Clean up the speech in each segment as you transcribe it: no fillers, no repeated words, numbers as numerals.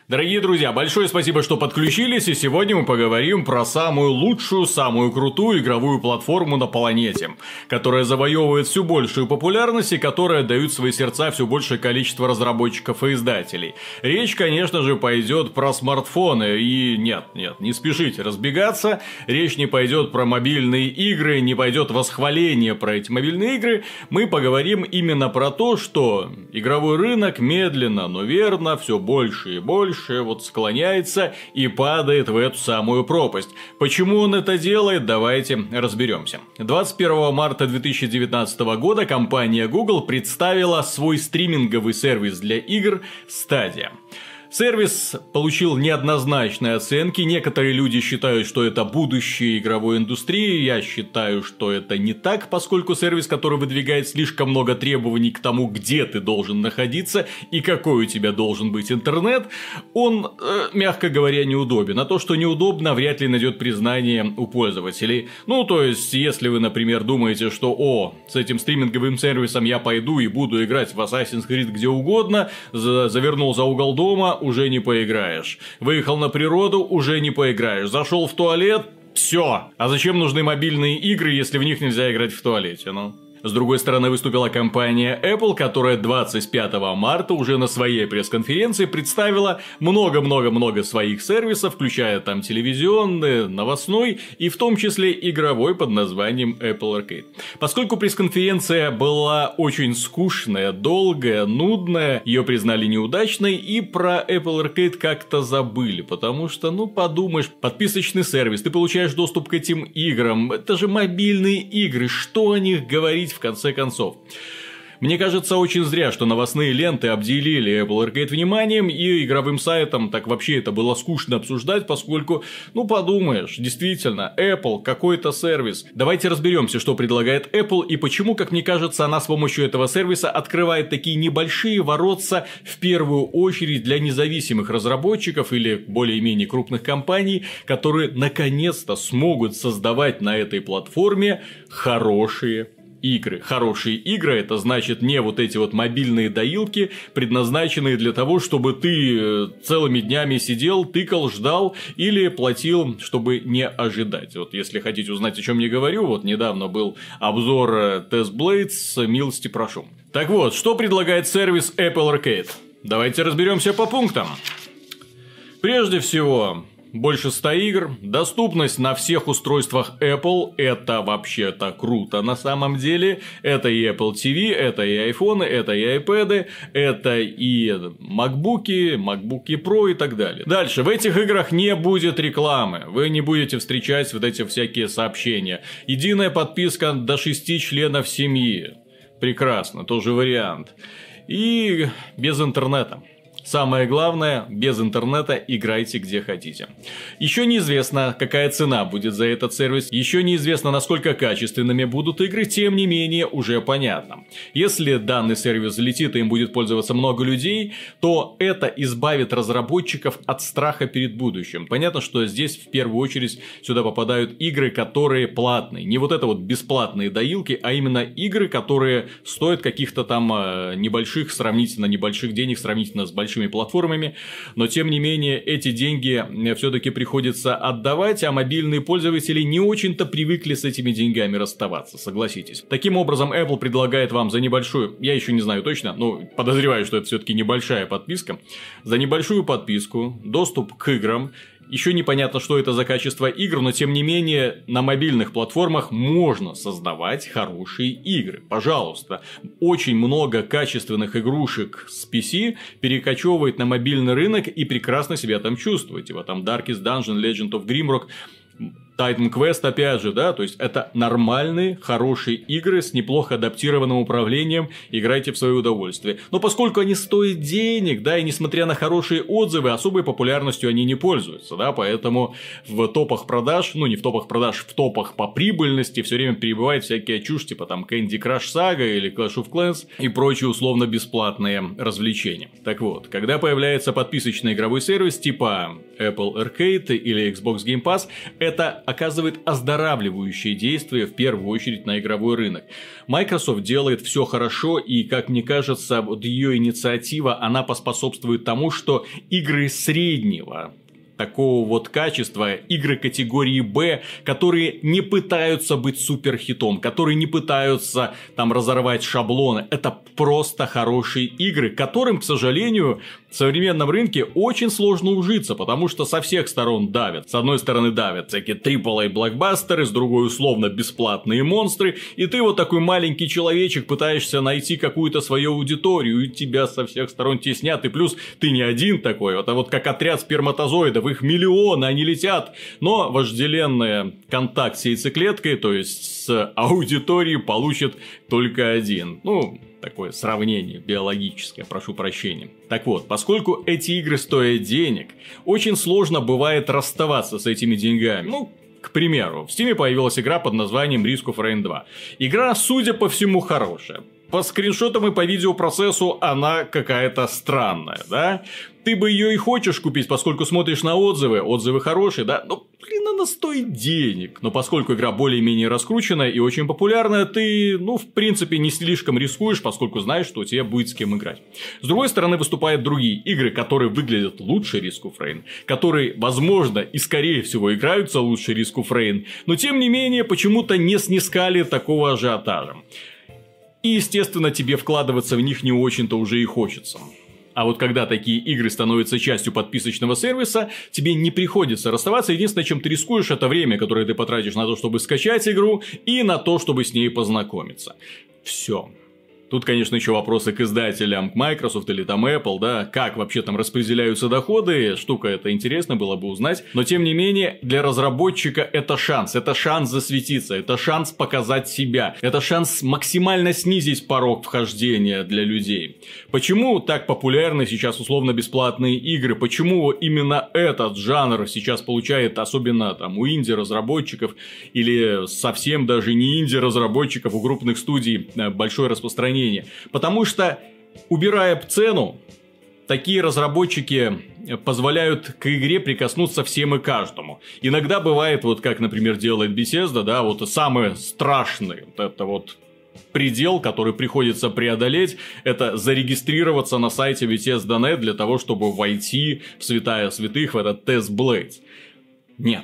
Дорогие друзья, большое спасибо, что подключились, и сегодня мы поговорим про самую лучшую, самую крутую игровую платформу на планете, которая завоевывает все большую популярность и которая дает в свои сердца все большее количество разработчиков и издателей. Речь, конечно же, пойдет про смартфоны, и нет, не спешите разбегаться, речь не пойдет про мобильные игры, не пойдет восхваление про эти мобильные игры, мы поговорим именно про то, что игровой рынок медленно, но верно, все больше и больше склоняется и падает в эту самую пропасть. Почему он это делает, давайте разберемся. 21 марта 2019 года компания Google представила свой стриминговый сервис для игр Stadia. Сервис получил неоднозначные оценки, некоторые люди считают, что это будущее игровой индустрии, я считаю, что это не так, поскольку сервис, который выдвигает слишком много требований к тому, где ты должен находиться и какой у тебя должен быть интернет, он, мягко говоря, неудобен. А то, что неудобно, вряд ли найдет признание у пользователей. Ну, то есть, если вы, например, думаете, что, с этим стриминговым сервисом я пойду и буду играть в Assassin's Creed где угодно, завернул за угол дома, уже не поиграешь. Выехал на природу, уже не поиграешь. Зашел в туалет, все. А зачем нужны мобильные игры, если в них нельзя играть в туалете, С другой стороны, выступила компания Apple, которая 25 марта уже на своей пресс-конференции представила много-много-много своих сервисов, включая там телевизионный, новостной и в том числе игровой под названием Apple Arcade. Поскольку пресс-конференция была очень скучная, долгая, нудная, ее признали неудачной и про Apple Arcade как-то забыли, потому что, подумаешь, подписочный сервис, ты получаешь доступ к этим играм, это же мобильные игры, что о них говорить в конце концов. Мне кажется, очень зря, что новостные ленты обделили Apple Arcade вниманием, и игровым сайтам так вообще это было скучно обсуждать, поскольку, подумаешь, действительно, Apple, какой-то сервис. Давайте разберемся, что предлагает Apple и почему, как мне кажется, она с помощью этого сервиса открывает такие небольшие воротца в первую очередь для независимых разработчиков или более-менее крупных компаний, которые наконец-то смогут создавать на этой платформе хорошие игры. Хорошие игры — это значит не вот эти мобильные доилки, предназначенные для того, чтобы ты целыми днями сидел, тыкал, ждал или платил, чтобы не ожидать. Если хотите узнать, о чем я говорю, недавно был обзор Test Blades, милости прошу. Так вот, что предлагает сервис Apple Arcade? Давайте разберемся по пунктам. Прежде всего, больше 100 игр, доступность на всех устройствах Apple, это вообще-то круто на самом деле, это и Apple TV, это и iPhone, это и iPad, это и MacBook'и, MacBook'и Pro и так далее. Дальше, в этих играх не будет рекламы, вы не будете встречать эти всякие сообщения. Единая подписка до 6 членов семьи, прекрасно, тоже вариант. И без интернета. Самое главное, без интернета играйте где хотите. Еще неизвестно, какая цена будет за этот сервис, еще неизвестно, насколько качественными будут игры, тем не менее уже понятно. Если данный сервис залетит и им будет пользоваться много людей, то это избавит разработчиков от страха перед будущим. Понятно, что здесь в первую очередь сюда попадают игры, которые платные. Не бесплатные доилки, а именно игры, которые стоят каких-то там сравнительно небольших денег, сравнительно с большими платформами, но тем не менее эти деньги все-таки приходится отдавать, а мобильные пользователи не очень-то привыкли с этими деньгами расставаться, согласитесь. Таким образом, Apple предлагает вам за небольшую, я еще не знаю точно, но подозреваю, что это все-таки небольшая подписка, за небольшую подписку доступ к играм. Еще непонятно, что это за качество игр, но тем не менее на мобильных платформах можно создавать хорошие игры. Пожалуйста. Очень много качественных игрушек с PC перекочевывает на мобильный рынок и прекрасно себя там чувствуете. Там Darkest Dungeon, Legend of Grimrock, Titan Quest, опять же, то есть это нормальные, хорошие игры с неплохо адаптированным управлением, играйте в свое удовольствие. Но поскольку они стоят денег, и несмотря на хорошие отзывы, особой популярностью они не пользуются, поэтому в топах продаж, не в топах продаж, в топах по прибыльности все время перебывает всякие чушь, типа Candy Crush Saga или Clash of Clans и прочие условно бесплатные развлечения. Так вот, когда появляется подписочный игровой сервис типа Apple Arcade или Xbox Game Pass, это оказывает оздоравливающее действие в первую очередь на игровой рынок. Microsoft делает все хорошо, и, как мне кажется, вот ее инициатива, она поспособствует тому, что игры среднего такого вот качества, игры категории Б, которые не пытаются быть суперхитом, которые не пытаются там разорвать шаблоны. Это просто хорошие игры, которым, к сожалению, в современном рынке очень сложно ужиться, потому что со всех сторон давят. С одной стороны давят всякие AAA-блокбастеры, с другой условно бесплатные монстры, и ты вот такой маленький человечек пытаешься найти какую-то свою аудиторию, и тебя со всех сторон теснят, и плюс ты не один такой, это вот как отряд сперматозоидов, их миллионы, они летят, но вожделенный контакт с яйцеклеткой, то есть с аудиторией, получит только один. Ну, такое сравнение биологическое, прошу прощения. Так вот, поскольку эти игры стоят денег, очень сложно бывает расставаться с этими деньгами. Ну, к примеру, в Steam появилась игра под названием Risk of Rain 2. Игра, судя по всему, хорошая. По скриншотам и по видеопроцессу она какая-то странная, да? Ты бы ее и хочешь купить, поскольку смотришь на отзывы, отзывы хорошие, да? Ну, блин, она стоит денег. Но поскольку игра более-менее раскрученная и очень популярная, ты, ну, в принципе, не слишком рискуешь, поскольку знаешь, что у тебя будет с кем играть. С другой стороны, выступают другие игры, которые выглядят лучше Risk of Rain, которые, возможно, и скорее всего играются лучше Risk of Rain, но тем не менее, почему-то не снискали такого ажиотажа. И, естественно, тебе вкладываться в них не очень-то уже и хочется. А вот когда такие игры становятся частью подписочного сервиса, тебе не приходится расставаться. Единственное, чем ты рискуешь, это время, которое ты потратишь на то, чтобы скачать игру, и на то, чтобы с ней познакомиться. Все. Тут, конечно, еще вопросы к издателям, к Microsoft или там Apple, да, как вообще там распределяются доходы, штука это интересно было бы узнать, но тем не менее, для разработчика это шанс засветиться, это шанс показать себя, это шанс максимально снизить порог вхождения для людей. Почему так популярны сейчас условно-бесплатные игры, почему именно этот жанр сейчас получает, особенно там у инди-разработчиков или совсем даже не инди-разработчиков, у крупных студий большое распространение? Потому что, убирая цену, такие разработчики позволяют к игре прикоснуться всем и каждому. Иногда бывает, вот как, например, делает Bethesda, да, вот самый страшный, вот это вот предел, который приходится преодолеть, это зарегистрироваться на сайте Bethesda.net для того, чтобы войти в святая святых, в этот Test Blade. Нет.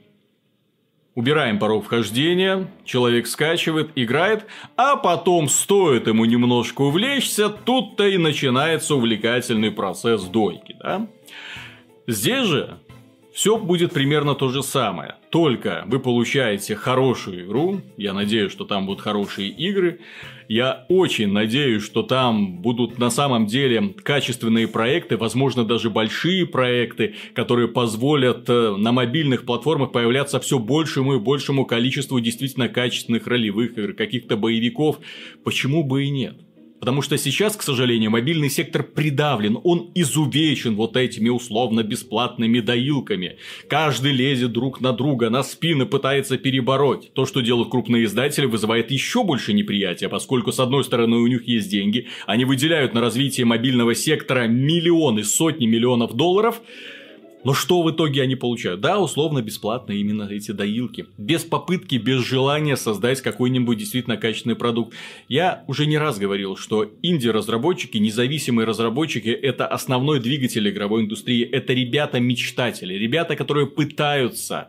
Убираем порог вхождения, человек скачивает, играет, а потом, стоит ему немножко увлечься, тут-то и начинается увлекательный процесс дойки, да? Здесь же все будет примерно то же самое, только вы получаете хорошую игру, я надеюсь, что там будут хорошие игры, я очень надеюсь, что там будут на самом деле качественные проекты, возможно, даже большие проекты, которые позволят на мобильных платформах появляться все большему и большему количеству действительно качественных ролевых игр, каких-то боевиков. Почему бы и нет? Потому что сейчас, к сожалению, мобильный сектор придавлен, он изувечен вот этими условно-бесплатными доилками. Каждый лезет друг на друга, на спины пытается перебороть. То, что делают крупные издатели, вызывает еще больше неприятия, поскольку, с одной стороны, у них есть деньги, они выделяют на развитие мобильного сектора миллионы, сотни миллионов долларов. Но что в итоге они получают? Да, условно бесплатно именно эти доилки. Без попытки, без желания создать какой-нибудь действительно качественный продукт. Я уже не раз говорил, что инди-разработчики, независимые разработчики – это основной двигатель игровой индустрии. Это ребята-мечтатели, ребята, которые пытаются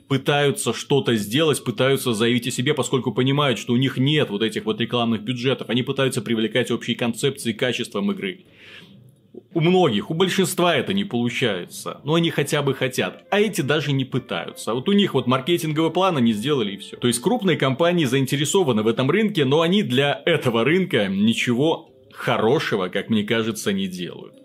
что-то сделать, пытаются заявить о себе, поскольку понимают, что у них нет вот этих вот рекламных бюджетов. Они пытаются привлекать общие концепции качеством игры. У многих, у большинства это не получается, но они хотя бы хотят, а эти даже не пытаются. А вот у них вот маркетинговый план они сделали и все. То есть крупные компании заинтересованы в этом рынке, но они для этого рынка ничего хорошего, как мне кажется, не делают.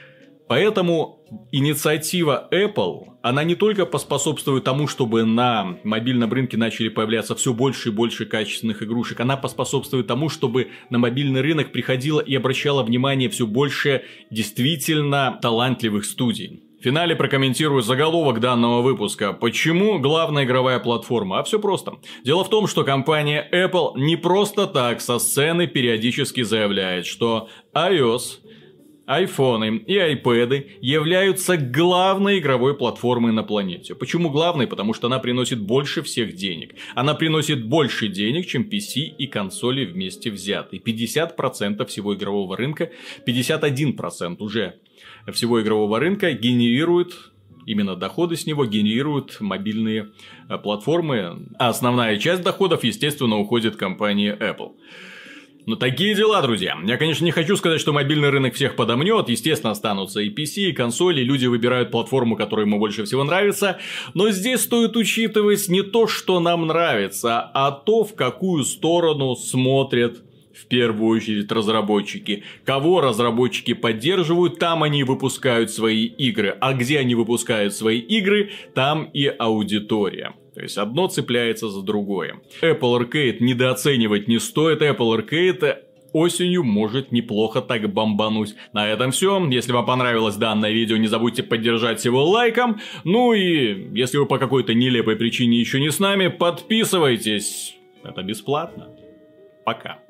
Поэтому инициатива Apple, она не только поспособствует тому, чтобы на мобильном рынке начали появляться все больше и больше качественных игрушек, она поспособствует тому, чтобы на мобильный рынок приходило и обращало внимание все больше действительно талантливых студий. В финале прокомментирую заголовок данного выпуска. Почему главная игровая платформа? А все просто. Дело в том, что компания Apple не просто так со сцены периодически заявляет, что iOS айфоны и айпэды являются главной игровой платформой на планете. Почему главной? Потому что она приносит больше всех денег. Она приносит больше денег, чем PC и консоли вместе взятые. 50% всего игрового рынка, 51% уже всего игрового рынка генерирует, именно доходы с него генерируют мобильные платформы. А основная часть доходов, естественно, уходит компании Apple. Ну, такие дела, друзья. Я, конечно, не хочу сказать, что мобильный рынок всех подомнет. Естественно, останутся и PC, и консоли. Люди выбирают платформу, которая ему больше всего нравится. Но здесь стоит учитывать не то, что нам нравится, а то, в какую сторону смотрят в первую очередь разработчики. Кого разработчики поддерживают, там они выпускают свои игры. А где они выпускают свои игры, там и аудитория. То есть одно цепляется за другое. Apple Arcade недооценивать не стоит. Apple Arcade осенью может неплохо так бомбануть. На этом все. Если вам понравилось данное видео, не забудьте поддержать его лайком. Ну и если вы по какой-то нелепой причине еще не с нами, подписывайтесь. Это бесплатно. Пока.